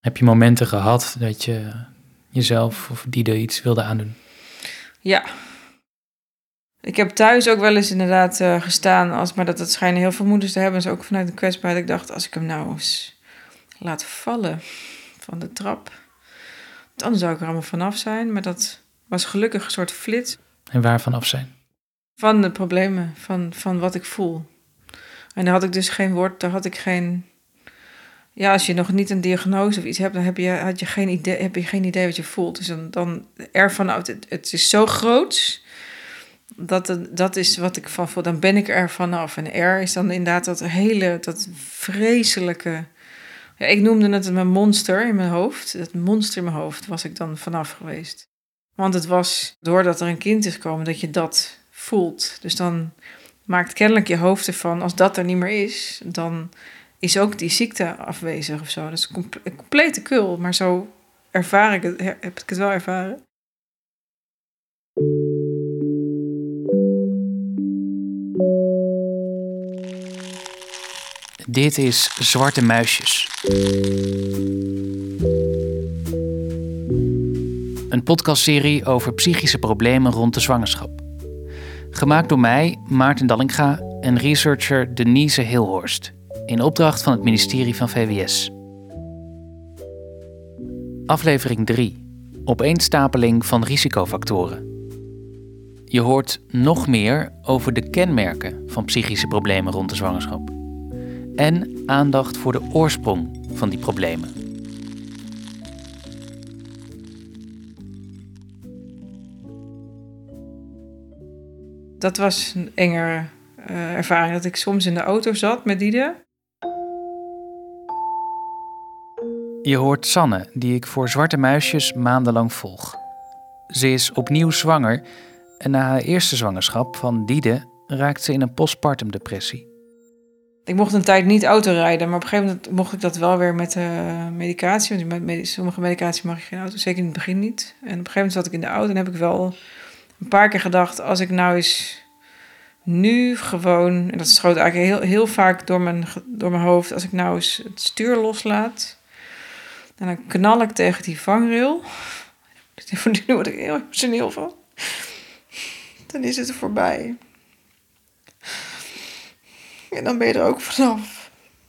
Heb je momenten gehad dat je jezelf of Diede iets wilde aandoen? Ja. Ik heb thuis ook wel eens inderdaad gestaan, maar dat schijnen heel veel moeders te hebben. Dus ook vanuit de kwetsbaarheid. Ik dacht, als ik hem nou eens laat vallen van de trap, dan zou ik er allemaal vanaf zijn. Maar dat was gelukkig een soort flits. En waarvan af zijn? Van de problemen, van wat ik voel. En daar had ik dus geen woord, daar had ik geen... Ja, als je nog niet een diagnose of iets hebt, dan heb je geen idee wat je voelt. Dus dan ervan uit, het is zo groot, dat is wat ik van voel. Dan ben ik er vanaf. En er is dan inderdaad dat vreselijke... Ja, ik noemde het mijn monster in mijn hoofd. Dat monster in mijn hoofd was ik dan vanaf geweest. Want het was doordat er een kind is gekomen dat je dat voelt. Dus dan maakt kennelijk je hoofd ervan, als dat er niet meer is, dan is ook die ziekte afwezig of zo. Dat is een complete kul, maar zo heb ik het wel ervaren. Dit is Zwarte Muisjes. Een podcastserie over psychische problemen rond de zwangerschap. Gemaakt door mij, Maarten Dallinga, en researcher Denise Hilhorst, in opdracht van het ministerie van VWS. Aflevering 3. Opeenstapeling van risicofactoren. Je hoort nog meer over de kenmerken van psychische problemen rond de zwangerschap. En aandacht voor de oorsprong van die problemen. Dat was een enge ervaring, dat ik soms in de auto zat met Diede. Je hoort Sanne, die ik voor Zwarte Muisjes maandenlang volg. Ze is opnieuw zwanger en na haar eerste zwangerschap van Diede raakt ze in een postpartum depressie. Ik mocht een tijd niet autorijden, maar op een gegeven moment mocht ik dat wel weer met medicatie. Want met sommige medicatie mag je geen auto, zeker in het begin niet. En op een gegeven moment zat ik in de auto en heb ik wel een paar keer gedacht, als ik nou eens nu gewoon, en dat schoot eigenlijk heel vaak door mijn hoofd, als ik nou eens het stuur loslaat, en dan knal ik tegen die vangrail. Nu word ik heel emotioneel van. Dan is het voorbij. En dan ben je er ook vanaf.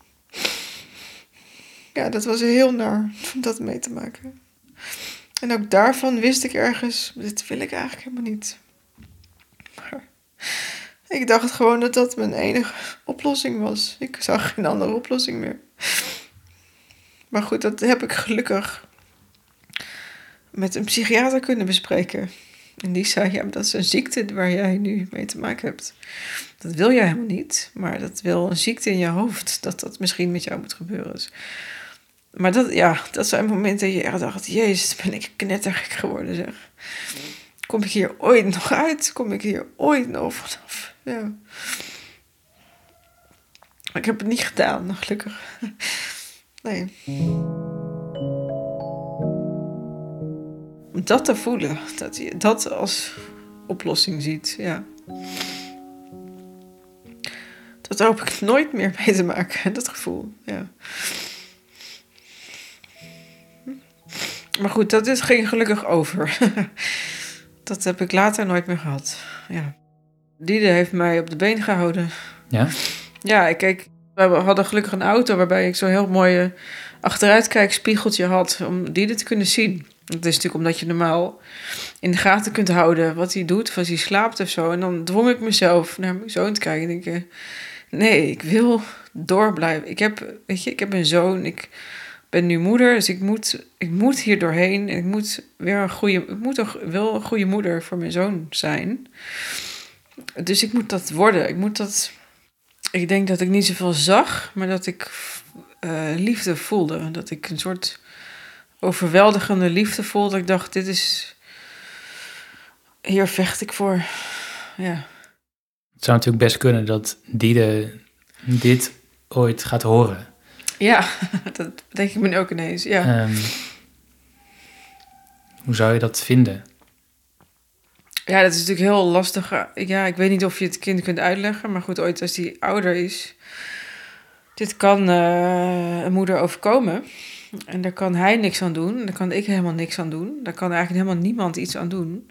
Ja, dat was heel naar om dat mee te maken. En ook daarvan wist ik ergens, dit wil ik eigenlijk helemaal niet. Maar ik dacht gewoon dat dat mijn enige oplossing was. Ik zag geen andere oplossing meer. Maar goed, dat heb ik gelukkig met een psychiater kunnen bespreken. En die zei, ja, dat is een ziekte waar jij nu mee te maken hebt. Dat wil jij helemaal niet, maar dat wil een ziekte in je hoofd, dat misschien met jou moet gebeuren. Dus, maar dat zijn momenten dat je echt dacht, jezus, ben ik knettergek geworden, zeg. Kom ik hier ooit nog uit? Kom ik hier ooit nog vanaf? Ja. Maar ik heb het niet gedaan, gelukkig. Nee. Om dat te voelen, dat je dat als oplossing ziet, ja. Dat hoop ik nooit meer mee te maken, dat gevoel, ja. Maar goed, dat ging gelukkig over. Dat heb ik later nooit meer gehad, ja. Diede heeft mij op de been gehouden. Ja? Ja, kijk, we hadden gelukkig een auto waarbij ik zo'n heel mooi achteruitkijkspiegeltje had om Diede te kunnen zien. Dat is natuurlijk omdat je normaal in de gaten kunt houden wat hij doet, of als hij slaapt of zo. En dan dwong ik mezelf naar mijn zoon te kijken en denk nee, ik wil doorblijven. Ik heb een zoon, ik ben nu moeder, dus ik moet hier doorheen. En ik moet wel een goede moeder voor mijn zoon zijn. Dus ik moet dat worden. Ik denk dat ik niet zoveel zag, maar dat ik liefde voelde. Dat ik een soort overweldigende liefde voelde. Ik dacht, hier vecht ik voor. Ja. Het zou natuurlijk best kunnen dat Diede dit ooit gaat horen. Ja, dat denk ik me nu ook ineens, ja. Hoe zou je dat vinden? Ja, dat is natuurlijk heel lastig. Ja, ik weet niet of je het kind kunt uitleggen, maar goed, ooit als die ouder is. Dit kan een moeder overkomen. En daar kan hij niks aan doen. Daar kan ik helemaal niks aan doen. Daar kan eigenlijk helemaal niemand iets aan doen.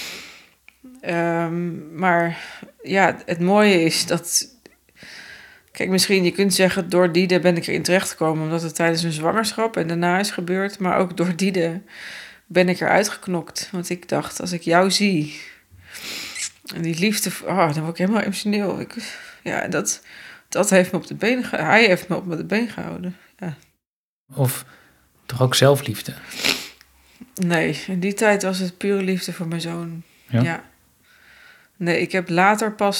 Maar ja, het mooie is dat... Kijk, misschien je kunt zeggen, door Diede ben ik erin terechtgekomen... omdat het tijdens een zwangerschap en daarna is gebeurd. Maar ook door Diede ben ik eruit geknokt. Want ik dacht, als ik jou zie... en die liefde... dan word ik helemaal emotioneel. Dat heeft me op de been gehouden. Hij heeft me op de been gehouden, ja. Of toch ook zelfliefde? Nee, in die tijd was het pure liefde voor mijn zoon. Ja. Nee, ik heb later pas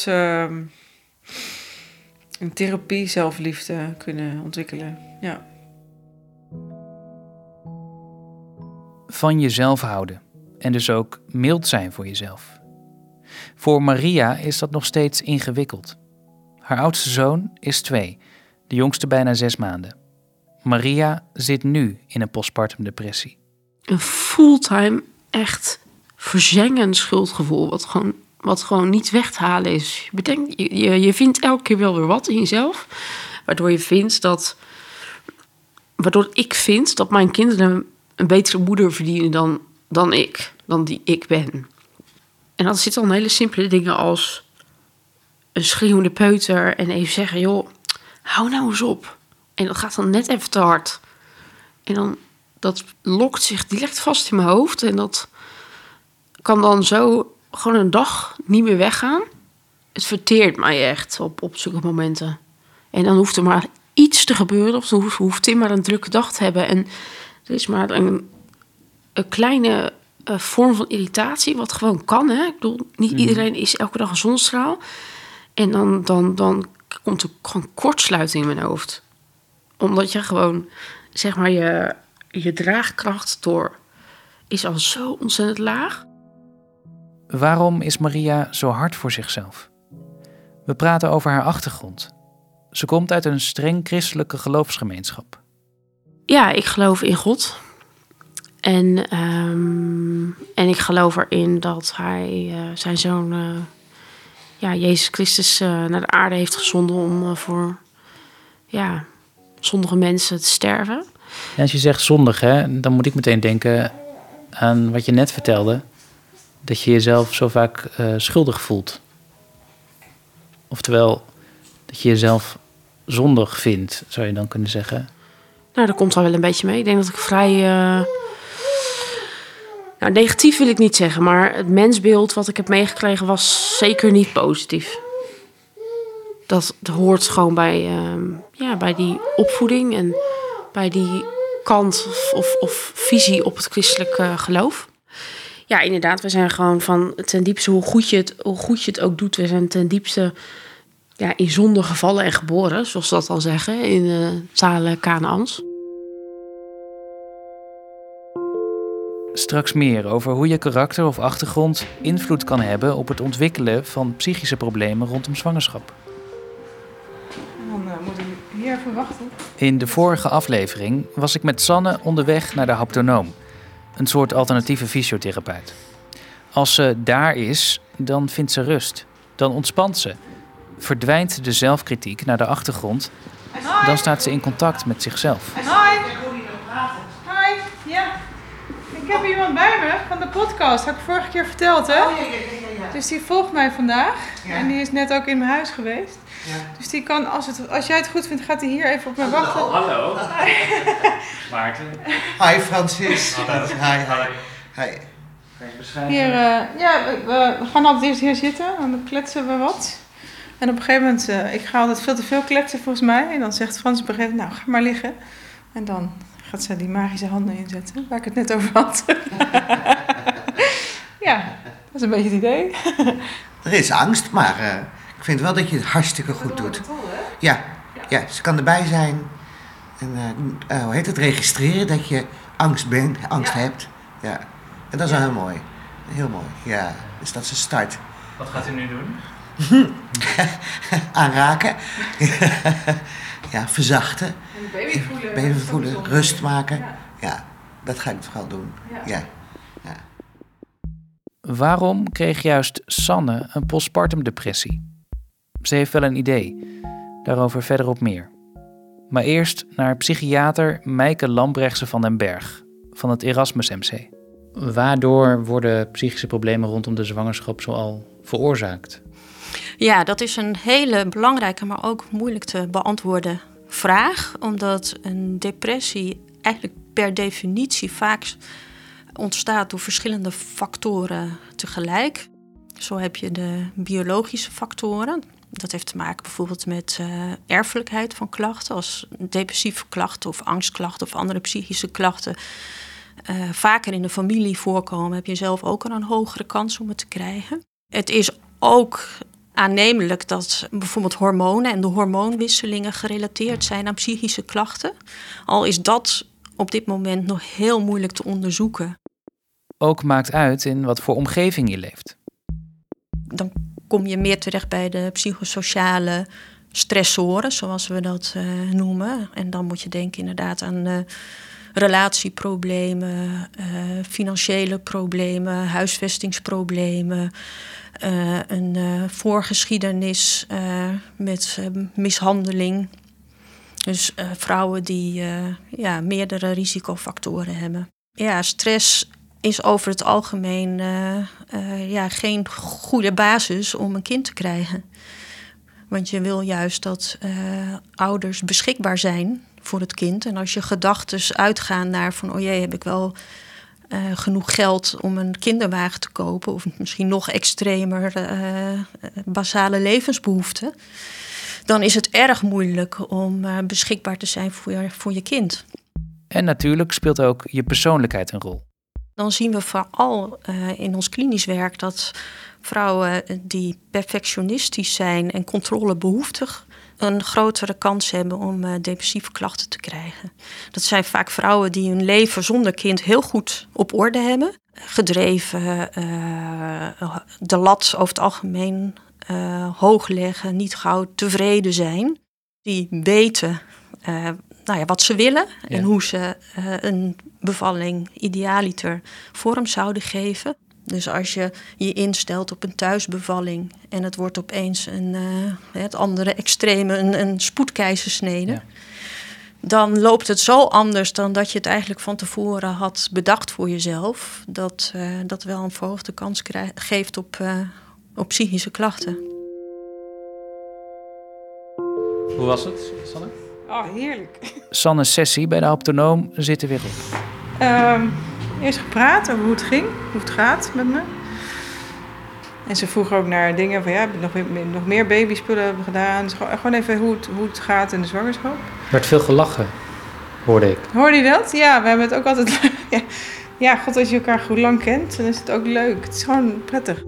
in therapie zelfliefde kunnen ontwikkelen. Ja. Van jezelf houden en dus ook mild zijn voor jezelf. Voor Maria is dat nog steeds ingewikkeld. Haar oudste zoon is 2, de jongste bijna 6 maanden. Maria zit nu in een postpartum depressie. Een fulltime, echt verzengend schuldgevoel, wat gewoon niet weg te halen is. Je vindt elke keer wel weer wat in jezelf, waardoor ik vind dat mijn kinderen een betere moeder verdienen dan die ik ben. En dat zit dan hele simpele dingen als een schreeuwende peuter en even zeggen, joh, hou nou eens op. En dat gaat dan net even te hard. En dan, dat lokt zich direct vast in mijn hoofd. En dat kan dan zo gewoon een dag niet meer weggaan. Het verteert mij echt op zulke momenten. En dan hoeft er maar iets te gebeuren. Of dan hoeft Tim maar een drukke dag te hebben. En er is maar een kleine vorm van irritatie. Wat gewoon kan, hè. Ik bedoel, niet iedereen is elke dag een zonnestraal. En dan komt er gewoon kortsluiting in mijn hoofd. Omdat je gewoon, zeg maar, je draagkracht is al zo ontzettend laag. Waarom is Maria zo hard voor zichzelf? We praten over haar achtergrond. Ze komt uit een streng christelijke geloofsgemeenschap. Ja, ik geloof in God. En ik geloof erin dat hij zijn zoon, Jezus Christus, naar de aarde heeft gezonden om voor zondige mensen te sterven. En als je zegt zondig, hè, dan moet ik meteen denken aan wat je net vertelde. Dat je jezelf zo vaak schuldig voelt. Oftewel, dat je jezelf zondig vindt, zou je dan kunnen zeggen. Nou, dat komt al wel een beetje mee. Ik denk dat ik vrij... negatief wil ik niet zeggen, maar het mensbeeld wat ik heb meegekregen was zeker niet positief. Dat hoort gewoon bij die opvoeding en bij die kant of visie op het christelijk geloof. Ja, inderdaad, we zijn gewoon van ten diepste, hoe goed je het ook doet, we zijn ten diepste in zonde gevallen en geboren, zoals ze dat al zeggen in talen Kanaans. Straks meer over hoe je karakter of achtergrond invloed kan hebben op het ontwikkelen van psychische problemen rondom zwangerschap. Dan moet ik hier even wachten. In de vorige aflevering was ik met Sanne onderweg naar de haptonoom, een soort alternatieve fysiotherapeut. Als ze daar is, dan vindt ze rust, dan ontspant ze, verdwijnt de zelfkritiek naar de achtergrond, dan staat ze in contact met zichzelf. Hoi. Hoi, ja. Ik heb iemand bij me van de podcast, had ik vorige keer verteld, hè? Ja. Dus die volgt mij vandaag. Ja. En die is net ook in mijn huis geweest. Ja. Dus die kan, als jij het goed vindt, gaat hij hier even op mij wachten. Hallo. Maarten. Hi Francis. Hi. Kan je beschrijven? Hier, we gaan altijd eerst hier zitten en dan kletsen we wat. En op een gegeven moment, ik ga altijd veel te veel kletsen volgens mij. En dan zegt Frans op een gegeven moment, nou ga maar liggen. En dan gaat ze die magische handen inzetten, waar ik het net over had. Ja, dat is een beetje het idee. Er is angst, maar ik vind wel dat je het hartstikke goed doet. Ja, ze kan erbij zijn. En hoe heet het? Registreren dat je angst hebt. Ja, en dat is wel heel mooi. Heel mooi, ja. Dus dat is een start. Wat gaat u nu doen? Aanraken. Ja, verzachten. En Baby voelen, rust maken. Ja, dat ga ik vooral doen. Ja. Waarom kreeg juist Sanne een postpartum depressie? Ze heeft wel een idee. Daarover verderop meer. Maar eerst naar psychiater Mijke Lambrechtse van den Berg van het Erasmus MC. Waardoor worden psychische problemen rondom de zwangerschap zoal veroorzaakt? Ja, dat is een hele belangrijke, maar ook moeilijk te beantwoorden vraag. Omdat een depressie eigenlijk per definitie vaak ontstaat door verschillende factoren tegelijk. Zo heb je de biologische factoren. Dat heeft te maken bijvoorbeeld met erfelijkheid van klachten. Als depressieve klachten of angstklachten of andere psychische klachten vaker in de familie voorkomen, heb je zelf ook een hogere kans om het te krijgen. Het is ook aannemelijk dat bijvoorbeeld hormonen en de hormoonwisselingen gerelateerd zijn aan psychische klachten. Al is dat op dit moment nog heel moeilijk te onderzoeken. Ook maakt uit in wat voor omgeving je leeft. Dan kom je meer terecht bij de psychosociale stressoren, zoals we dat noemen. En dan moet je denken inderdaad aan relatieproblemen, financiële problemen, huisvestingsproblemen, een voorgeschiedenis met mishandeling. Dus vrouwen die meerdere risicofactoren hebben. Ja, stress is over het algemeen geen goede basis om een kind te krijgen. Want je wil juist dat ouders beschikbaar zijn voor het kind. En als je gedachten uitgaan naar van, oh jee, heb ik wel genoeg geld om een kinderwagen te kopen, of misschien nog extremer basale levensbehoeften, dan is het erg moeilijk om beschikbaar te zijn voor je kind. En natuurlijk speelt ook je persoonlijkheid een rol. Dan zien we vooral in ons klinisch werk dat vrouwen die perfectionistisch zijn en controlebehoeftig een grotere kans hebben om depressieve klachten te krijgen. Dat zijn vaak vrouwen die hun leven zonder kind heel goed op orde hebben. Gedreven, de lat over het algemeen hoog leggen, niet gauw tevreden zijn. Die weten wat ze willen en hoe ze een bevalling idealiter vorm zouden geven. Dus als je je instelt op een thuisbevalling en het wordt opeens het andere extreme, een spoedkeizersnede, ja, dan loopt het zo anders dan dat je het eigenlijk van tevoren had bedacht voor jezelf, dat wel een verhoogde kans geeft op psychische klachten. Hoe was het, Sanne? Oh, heerlijk. Sanne's sessie bij de haptonoom zit er weer op. Eerst gepraat over hoe het ging, hoe het gaat met me. En ze vroeg ook naar dingen van, heb je nog meer babyspullen gedaan? Dus gewoon even hoe het gaat in de zwangerschap. Er werd veel gelachen, hoorde ik. Hoorde je dat? Ja, we hebben het ook altijd... ja, god, als je elkaar goed lang kent, dan is het ook leuk. Het is gewoon prettig.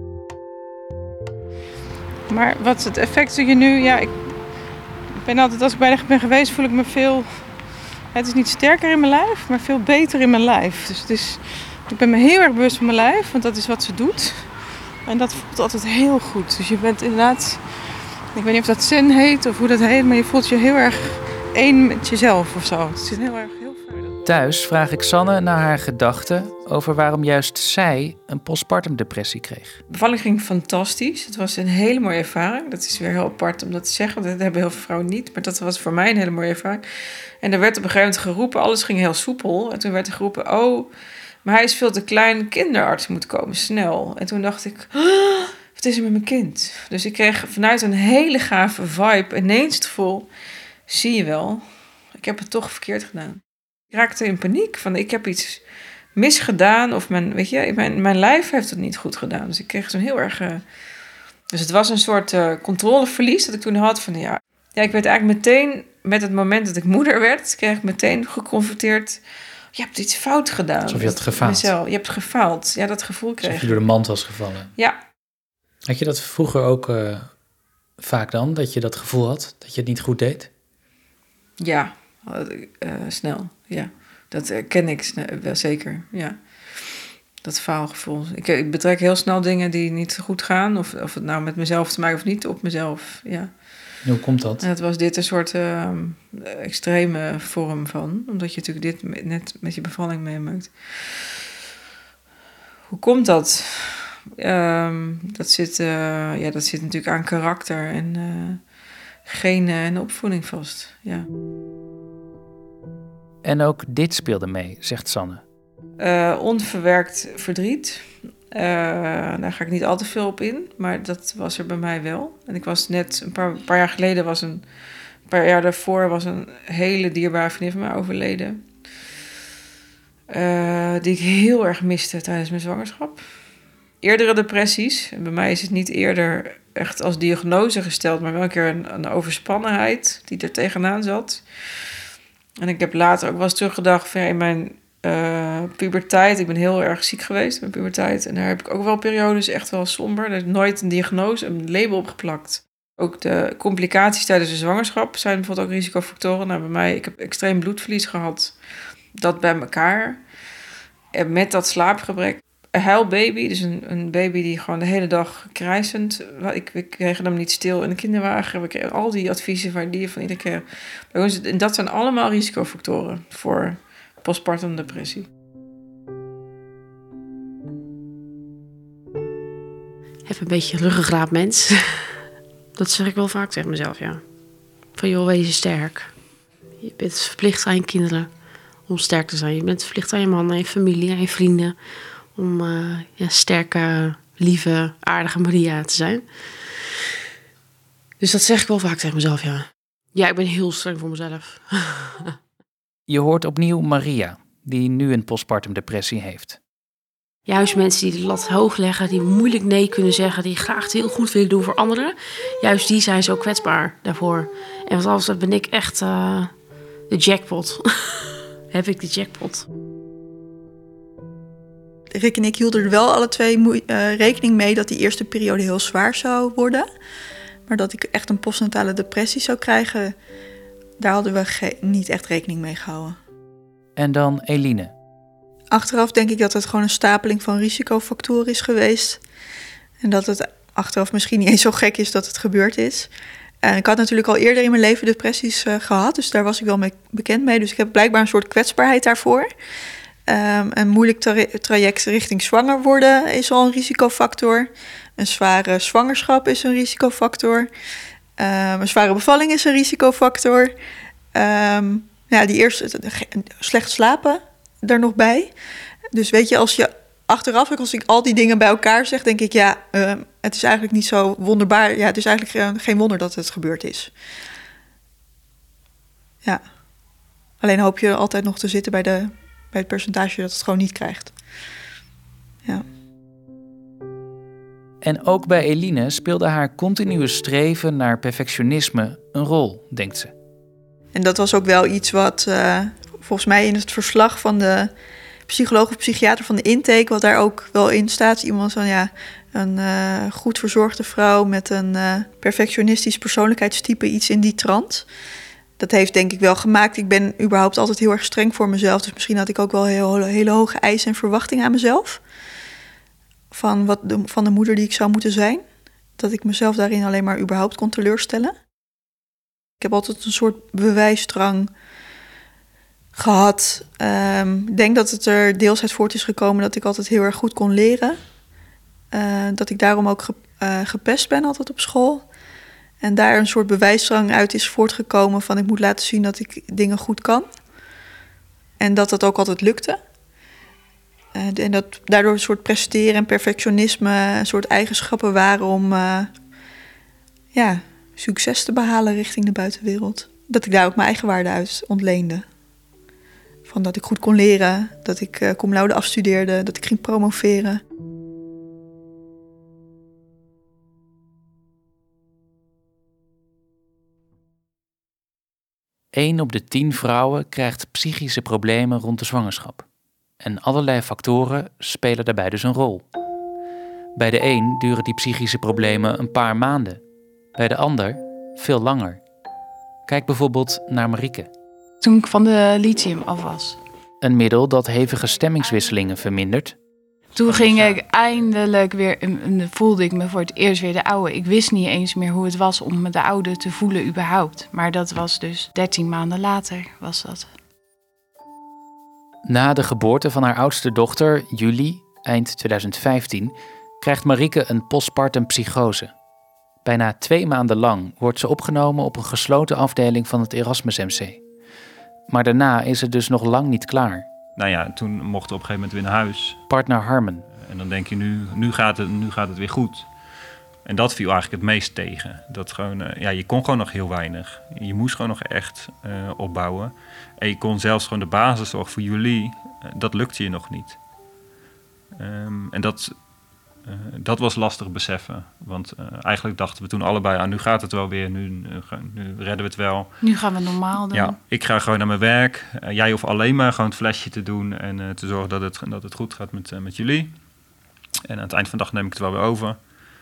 Maar wat is het effect dat je nu... Ja, ik ben altijd, als ik bij de ben geweest, voel ik me veel... Het is niet sterker in mijn lijf, maar veel beter in mijn lijf. Dus ik ben me heel erg bewust van mijn lijf, want dat is wat ze doet. En dat voelt altijd heel goed. Dus je bent inderdaad, ik weet niet of dat zen heet of hoe dat heet, maar je voelt je heel erg één met jezelf of zo. Het is heel fijn. Thuis vraag ik Sanne naar haar gedachten over waarom juist zij een postpartum depressie kreeg. De bevalling ging fantastisch. Het was een hele mooie ervaring. Dat is weer heel apart om dat te zeggen, want dat hebben heel veel vrouwen niet. Maar dat was voor mij een hele mooie ervaring. En er werd op een gegeven moment geroepen, alles ging heel soepel. En toen werd er geroepen, maar hij is veel te klein, kinderarts moet komen, snel. En toen dacht ik, wat is er met mijn kind? Dus ik kreeg vanuit een hele gave vibe ineens het gevoel, zie je wel, ik heb het toch verkeerd gedaan. Ik raakte in paniek van, ik heb iets misgedaan of mijn lijf heeft het niet goed gedaan. Dus ik kreeg zo'n heel erg... Dus het was een soort controleverlies dat ik toen had van, ja, ik werd eigenlijk meteen, met het moment dat ik moeder werd, kreeg ik meteen geconfronteerd, je hebt iets fout gedaan. Alsof je had gefaald. Mezelf. Je hebt gefaald. Ja, dat gevoel kreeg ik. Alsof je door de mand was gevallen. Ja. Had je dat vroeger ook vaak dan, dat je dat gevoel had, dat je het niet goed deed? Ja, snel, ja. Dat ken ik wel zeker, ja. Dat faalgevoel. Ik betrek heel snel dingen die niet goed gaan. Of het nou met mezelf te maken of niet, op mezelf, ja. En hoe komt dat? En dat was dit een soort extreme vorm van. Omdat je natuurlijk dit net met je bevalling meemaakt. Hoe komt dat? Dat zit natuurlijk aan karakter en genen en opvoeding vast, ja. En ook dit speelde mee, zegt Sanne. Onverwerkt verdriet. Daar ga ik niet al te veel op in, maar dat was er bij mij wel. En ik was net een paar jaar geleden, een paar jaar daarvoor was een hele dierbare vriendin van mij overleden. Die ik heel erg miste tijdens mijn zwangerschap. Eerdere depressies. En bij mij is het niet eerder echt als diagnose gesteld, maar wel een keer een overspannenheid die er tegenaan zat. En ik heb later ook wel eens teruggedacht van in mijn puberteit. Ik ben heel erg ziek geweest in mijn puberteit. En daar heb ik ook wel periodes echt wel somber. Er is nooit een diagnose, een label opgeplakt. Ook de complicaties tijdens de zwangerschap zijn bijvoorbeeld ook risicofactoren. Nou, bij mij, ik heb extreem bloedverlies gehad. Dat bij elkaar. En met dat slaapgebrek. Een huilbaby, dus een baby die gewoon de hele dag krijsend. We kregen hem niet stil in de kinderwagen. We kregen al die adviezen die je van iedere keer bij ons. En dat zijn allemaal risicofactoren voor postpartum depressie. Heb een beetje ruggengraat, mens. Dat zeg ik wel vaak tegen mezelf, ja. Van joh, wees sterk. Je bent verplicht aan je kinderen om sterk te zijn. Je bent verplicht aan je man, aan je familie, aan je vrienden. Om sterke, lieve, aardige Maria te zijn. Dus dat zeg ik wel vaak tegen mezelf, ja. Ja, ik ben heel streng voor mezelf. Je hoort opnieuw Maria, die nu een postpartum depressie heeft. Juist mensen die de lat hoog leggen, die moeilijk nee kunnen zeggen, die graag het heel goed willen doen voor anderen. Juist die zijn zo kwetsbaar daarvoor. En wat anders, dat ben ik echt de jackpot. Heb ik de jackpot. Rick en ik hielden er wel alle twee rekening mee dat die eerste periode heel zwaar zou worden. Maar dat ik echt een postnatale depressie zou krijgen, daar hadden we niet echt rekening mee gehouden. En dan Eline. Achteraf denk ik dat het gewoon een stapeling van risicofactoren is geweest. En dat het achteraf misschien niet eens zo gek is dat het gebeurd is. En ik had natuurlijk al eerder in mijn leven depressies gehad, dus daar was ik wel mee bekend mee. Dus ik heb blijkbaar een soort kwetsbaarheid daarvoor. Een moeilijk traject richting zwanger worden is al een risicofactor. Een zware zwangerschap is een risicofactor. Een zware bevalling is een risicofactor. Die eerste slecht slapen er nog bij. Dus weet je, als ik al die dingen bij elkaar zeg, denk ik, het is eigenlijk niet zo wonderbaar. Ja, het is eigenlijk geen wonder dat het gebeurd is. Ja. Alleen hoop je altijd nog te zitten bij het percentage dat het gewoon niet krijgt. Ja. En ook bij Eline speelde haar continue streven naar perfectionisme een rol, denkt ze. En dat was ook wel iets wat volgens mij in het verslag van de psycholoog of psychiater van de intake, wat daar ook wel in staat, iemand van een goed verzorgde vrouw met een perfectionistisch persoonlijkheidstype, iets in die trant. Dat heeft denk ik wel gemaakt. Ik ben überhaupt altijd heel erg streng voor mezelf. Dus misschien had ik ook wel hele hoge eisen en verwachtingen aan mezelf. Van de moeder die ik zou moeten zijn. Dat ik mezelf daarin alleen maar überhaupt kon teleurstellen. Ik heb altijd een soort bewijsdrang gehad. Ik denk dat het er deels uit voort is gekomen dat ik altijd heel erg goed kon leren. Dat ik daarom ook gepest ben altijd op school. En daar een soort bewijsdrang uit is voortgekomen van ik moet laten zien dat ik dingen goed kan. En dat ook altijd lukte. En dat daardoor een soort presteren en perfectionisme een soort eigenschappen waren om succes te behalen richting de buitenwereld. Dat ik daar ook mijn eigen waarde uit ontleende. Van dat ik goed kon leren, dat ik cum laude afstudeerde, dat ik ging promoveren. 1 op de 10 vrouwen krijgt psychische problemen rond de zwangerschap. En allerlei factoren spelen daarbij dus een rol. Bij de een duren die psychische problemen een paar maanden. Bij de ander veel langer. Kijk bijvoorbeeld naar Marieke. Toen ik van de lithium af was. Een middel dat hevige stemmingswisselingen vermindert. Toen ging ik eindelijk weer, voelde ik me voor het eerst weer de oude. Ik wist niet eens meer hoe het was om me de oude te voelen überhaupt. Maar dat was dus 13 maanden later was dat. Na de geboorte van haar oudste dochter, Julie, eind 2015, krijgt Marieke een postpartum psychose. Bijna 2 maanden lang wordt ze opgenomen op een gesloten afdeling van het Erasmus MC. Maar daarna is het dus nog lang niet klaar. Nou ja, toen mochten we op een gegeven moment weer naar huis. Partner Harmen. En dan denk je, nu gaat het weer goed. En dat viel eigenlijk het meest tegen. Dat gewoon, je kon gewoon nog heel weinig. Je moest gewoon nog echt opbouwen. En je kon zelfs gewoon de basiszorg voor jullie, dat lukte je nog niet. En dat was lastig beseffen. Want eigenlijk dachten we toen allebei, nu gaat het wel weer, nu redden we het wel. Nu gaan we normaal doen. Ja, ik ga gewoon naar mijn werk. Jij hoeft alleen maar gewoon het flesje te doen en te zorgen dat het goed gaat met jullie. En aan het eind van de dag neem ik het wel weer over.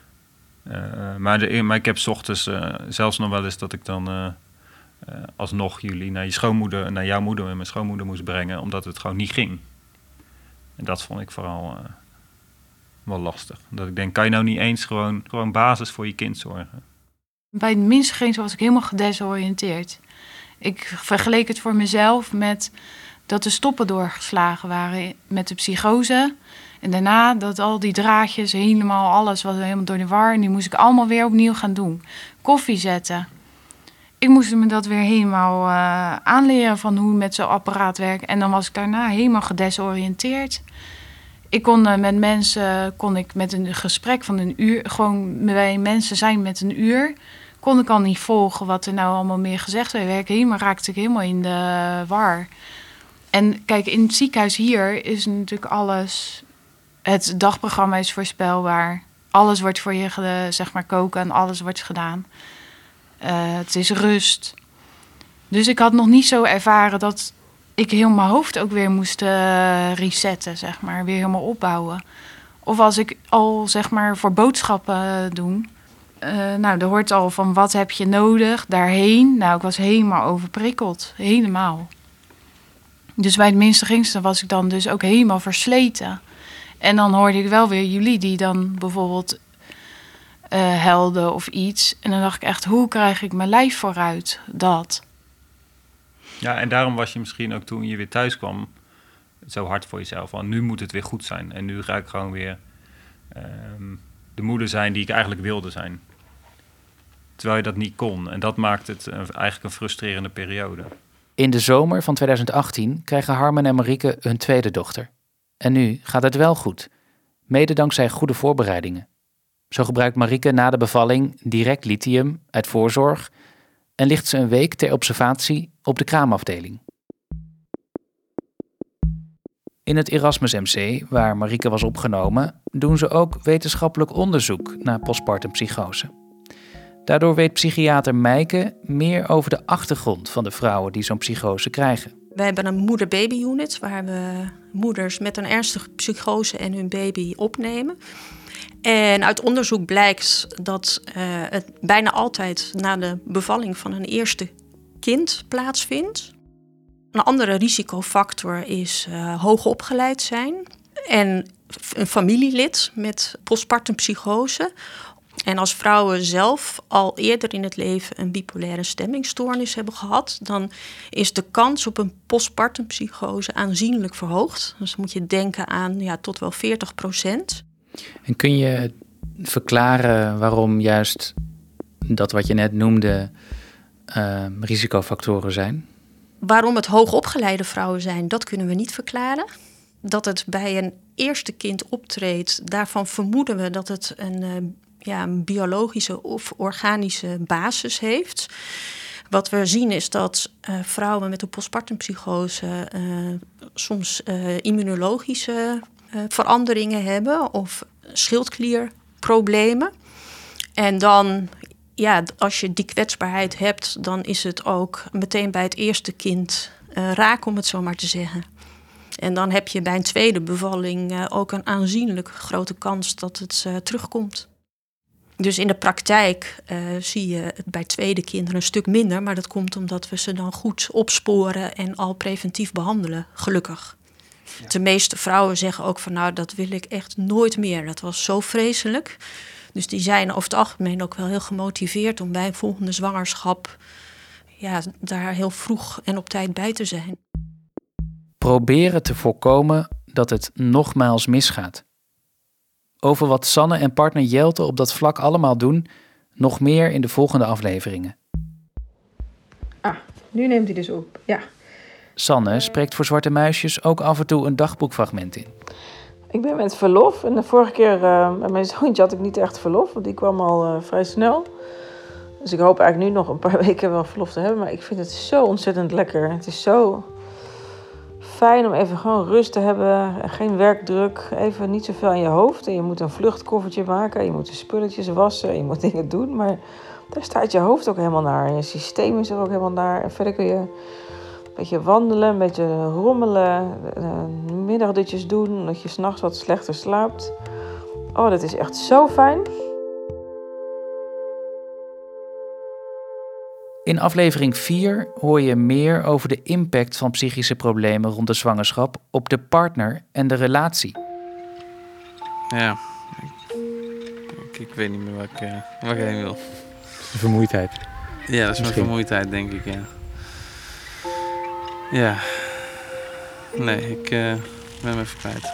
Maar ik heb 's ochtends zelfs nog wel eens dat ik dan alsnog jullie naar jouw moeder en mijn schoonmoeder moest brengen, omdat het gewoon niet ging. En dat vond ik vooral wel lastig. Dat ik denk, kan je nou niet eens gewoon basis voor je kind zorgen? Bij de minste grens was ik helemaal gedesoriënteerd. Ik vergeleek het voor mezelf met dat de stoppen doorgeslagen waren met de psychose. En daarna dat al die draadjes, alles was helemaal door de war. En die moest ik allemaal weer opnieuw gaan doen. Koffie zetten. Ik moest me dat weer helemaal aanleren van hoe met zo'n apparaat werkt. En dan was ik daarna helemaal gedesoriënteerd. Ik kon met mensen, met een gesprek van een uur, gewoon bij mensen zijn met een uur, kon ik al niet volgen wat er nou allemaal meer gezegd werd. Raakte ik helemaal in de war. En kijk, in het ziekenhuis hier is natuurlijk alles. Het dagprogramma is voorspelbaar. Alles wordt voor je, koken en alles wordt gedaan. Het is rust. Dus ik had nog niet zo ervaren dat ik heel mijn hoofd ook weer moest resetten, weer helemaal opbouwen. Of als ik al, voor boodschappen doen. Er hoort al van wat heb je nodig, daarheen. Nou, ik was helemaal overprikkeld. Helemaal. Dus bij het minste geringste was ik dan dus ook helemaal versleten. En dan hoorde ik wel weer jullie die dan bijvoorbeeld helden of iets. En dan dacht ik echt, hoe krijg ik mijn lijf vooruit? Dat. Ja, en daarom was je misschien ook toen je weer thuis kwam zo hard voor jezelf. Want nu moet het weer goed zijn. En nu ga ik gewoon weer de moeder zijn die ik eigenlijk wilde zijn. Terwijl je dat niet kon. En dat maakt het eigenlijk een frustrerende periode. In de zomer van 2018 krijgen Harmen en Marieke hun tweede dochter. En nu gaat het wel goed. Mede dankzij goede voorbereidingen. Zo gebruikt Marieke na de bevalling direct lithium uit voorzorg en ligt ze een week ter observatie op de kraamafdeling. In het Erasmus MC, waar Marieke was opgenomen, doen ze ook wetenschappelijk onderzoek naar postpartum psychose. Daardoor weet psychiater Meike meer over de achtergrond van de vrouwen die zo'n psychose krijgen. We hebben een moeder-baby-unit waar we moeders met een ernstige psychose en hun baby opnemen. En uit onderzoek blijkt dat het bijna altijd na de bevalling van een eerste kind plaatsvindt. Een andere risicofactor is hoogopgeleid zijn en een familielid met postpartum psychose. En als vrouwen zelf al eerder in het leven een bipolaire stemmingstoornis hebben gehad, dan is de kans op een postpartum psychose aanzienlijk verhoogd. Dus dan moet je denken aan tot wel 40%. En kun je verklaren waarom juist dat wat je net noemde risicofactoren zijn? Waarom het hoogopgeleide vrouwen zijn, dat kunnen we niet verklaren. Dat het bij een eerste kind optreedt, daarvan vermoeden we dat het een biologische of organische basis heeft. Wat we zien is dat vrouwen met een postpartum psychose soms immunologische veranderingen hebben of schildklierproblemen. En dan, als je die kwetsbaarheid hebt, dan is het ook meteen bij het eerste kind raak, om het zo maar te zeggen. En dan heb je bij een tweede bevalling ook een aanzienlijk grote kans dat het terugkomt. Dus in de praktijk zie je het bij tweede kinderen een stuk minder, maar dat komt omdat we ze dan goed opsporen en al preventief behandelen, gelukkig. Ja. De meeste vrouwen zeggen ook van dat wil ik echt nooit meer. Dat was zo vreselijk. Dus die zijn over het algemeen ook wel heel gemotiveerd om bij een volgende zwangerschap daar heel vroeg en op tijd bij te zijn. Proberen te voorkomen dat het nogmaals misgaat. Over wat Sanne en partner Jelte op dat vlak allemaal doen, nog meer in de volgende afleveringen. Nu neemt hij dus op. Ja. Sanne spreekt voor Zwarte Muisjes ook af en toe een dagboekfragment in. Ik ben met verlof en de vorige keer met mijn zoontje had ik niet echt verlof, want die kwam al vrij snel. Dus ik hoop eigenlijk nu nog een paar weken wel verlof te hebben, maar ik vind het zo ontzettend lekker. Het is zo fijn om even gewoon rust te hebben, geen werkdruk, even niet zoveel aan je hoofd. En je moet een vluchtkoffertje maken, je moet de spulletjes wassen, je moet dingen doen, maar daar staat je hoofd ook helemaal naar. En je systeem is er ook helemaal naar. En verder kun je een beetje wandelen, een beetje rommelen, middagdutjes doen, omdat je 's nachts wat slechter slaapt. Oh, dat is echt zo fijn. In aflevering 4 hoor je meer over de impact van psychische problemen rond de zwangerschap op de partner en de relatie. Ja, ik weet niet meer waar ik heen wil. De vermoeidheid. Ja, dat is mijn vermoeidheid, denk ik, ja. Ja. Nee, ik ben hem even kwijt.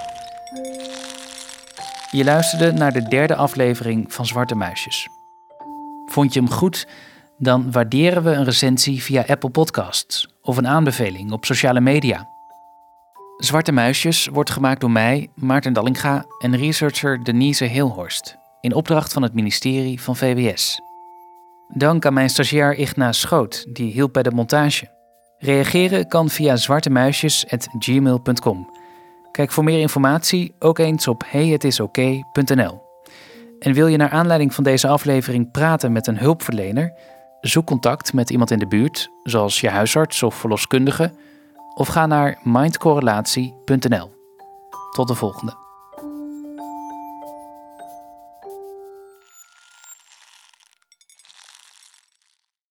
Je luisterde naar de 3e aflevering van Zwarte Muisjes. Vond je hem goed? Dan waarderen we een recensie via Apple Podcasts of een aanbeveling op sociale media. Zwarte Muisjes wordt gemaakt door mij, Maarten Dallinga en researcher Denise Hilhorst in opdracht van het ministerie van VWS. Dank aan mijn stagiair Igna Schoot, die hielp bij de montage. Reageren kan via zwartemuisjes@gmail.com. Kijk voor meer informatie ook eens op heyhetisoké.nl. En wil je naar aanleiding van deze aflevering praten met een hulpverlener? Zoek contact met iemand in de buurt, zoals je huisarts of verloskundige, of ga naar mindcorrelatie.nl. Tot de volgende.